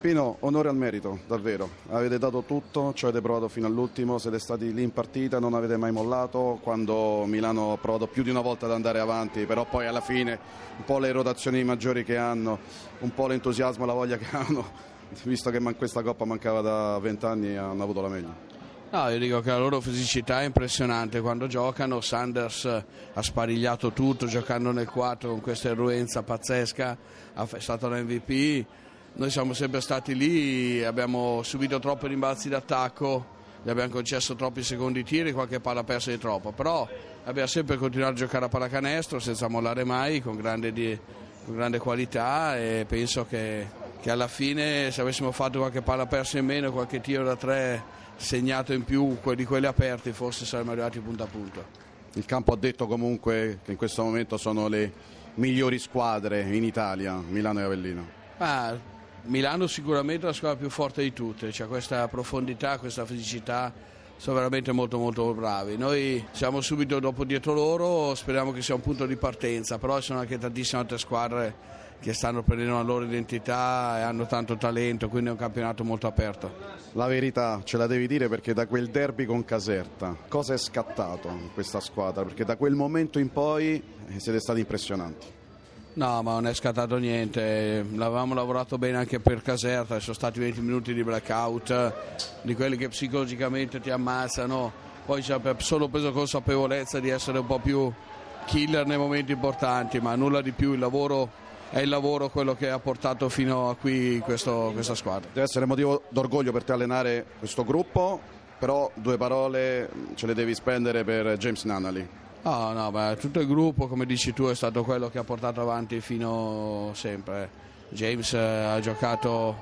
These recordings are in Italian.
Pino, onore al merito, davvero. Avete dato tutto, ci avete provato fino all'ultimo, siete stati lì in partita, non avete mai mollato, quando Milano ha provato più di una volta ad andare avanti, però poi alla fine un po' le rotazioni maggiori che hanno, un po' l'entusiasmo, la voglia che hanno, visto che questa Coppa mancava da 20 anni, hanno avuto la meglio. No, io dico che la loro fisicità è impressionante quando giocano. Sanders ha sparigliato tutto giocando nel 4 con questa irruenza pazzesca, è stato l'MVP. Noi siamo sempre stati lì, abbiamo subito troppi rimbalzi d'attacco, gli abbiamo concesso troppi secondi tiri, qualche palla persa di troppo, però abbiamo sempre continuato a giocare a pallacanestro senza mollare mai, con grande qualità, e penso che alla fine, se avessimo fatto qualche palla persa in meno, qualche tiro da tre segnato in più di quelli aperti, forse saremmo arrivati punto a punto. Il campo ha detto comunque che in questo momento sono le migliori squadre in Italia, Milano e Avellino. Milano sicuramente è la squadra più forte di tutte, c'è questa profondità, questa fisicità, sono veramente molto molto bravi. Noi siamo subito dopo dietro loro, speriamo che sia un punto di partenza, però ci sono anche tantissime altre squadre che stanno prendendo la loro identità e hanno tanto talento, quindi è un campionato molto aperto. La verità ce la devi dire, perché da quel derby con Caserta cosa è scattato in questa squadra? Perché da quel momento in poi siete stati impressionanti. No, ma non è scattato niente, l'avevamo lavorato bene anche per Caserta, sono stati 20 minuti di blackout, di quelli che psicologicamente ti ammazzano, poi ci ha solo preso consapevolezza di essere un po' più killer nei momenti importanti, ma nulla di più. Il lavoro è il lavoro, quello che ha portato fino a qui questa squadra. Deve essere motivo d'orgoglio per te allenare questo gruppo, però due parole ce le devi spendere per James Nunnally. Tutto il gruppo, come dici tu, è stato quello che ha portato avanti fino sempre. James ha giocato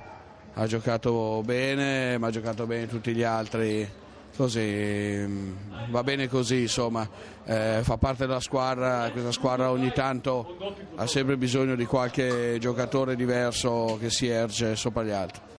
bene, ma ha giocato bene tutti gli altri, così va bene così, insomma, fa parte della squadra. Questa squadra ogni tanto ha sempre bisogno di qualche giocatore diverso che si erge sopra gli altri.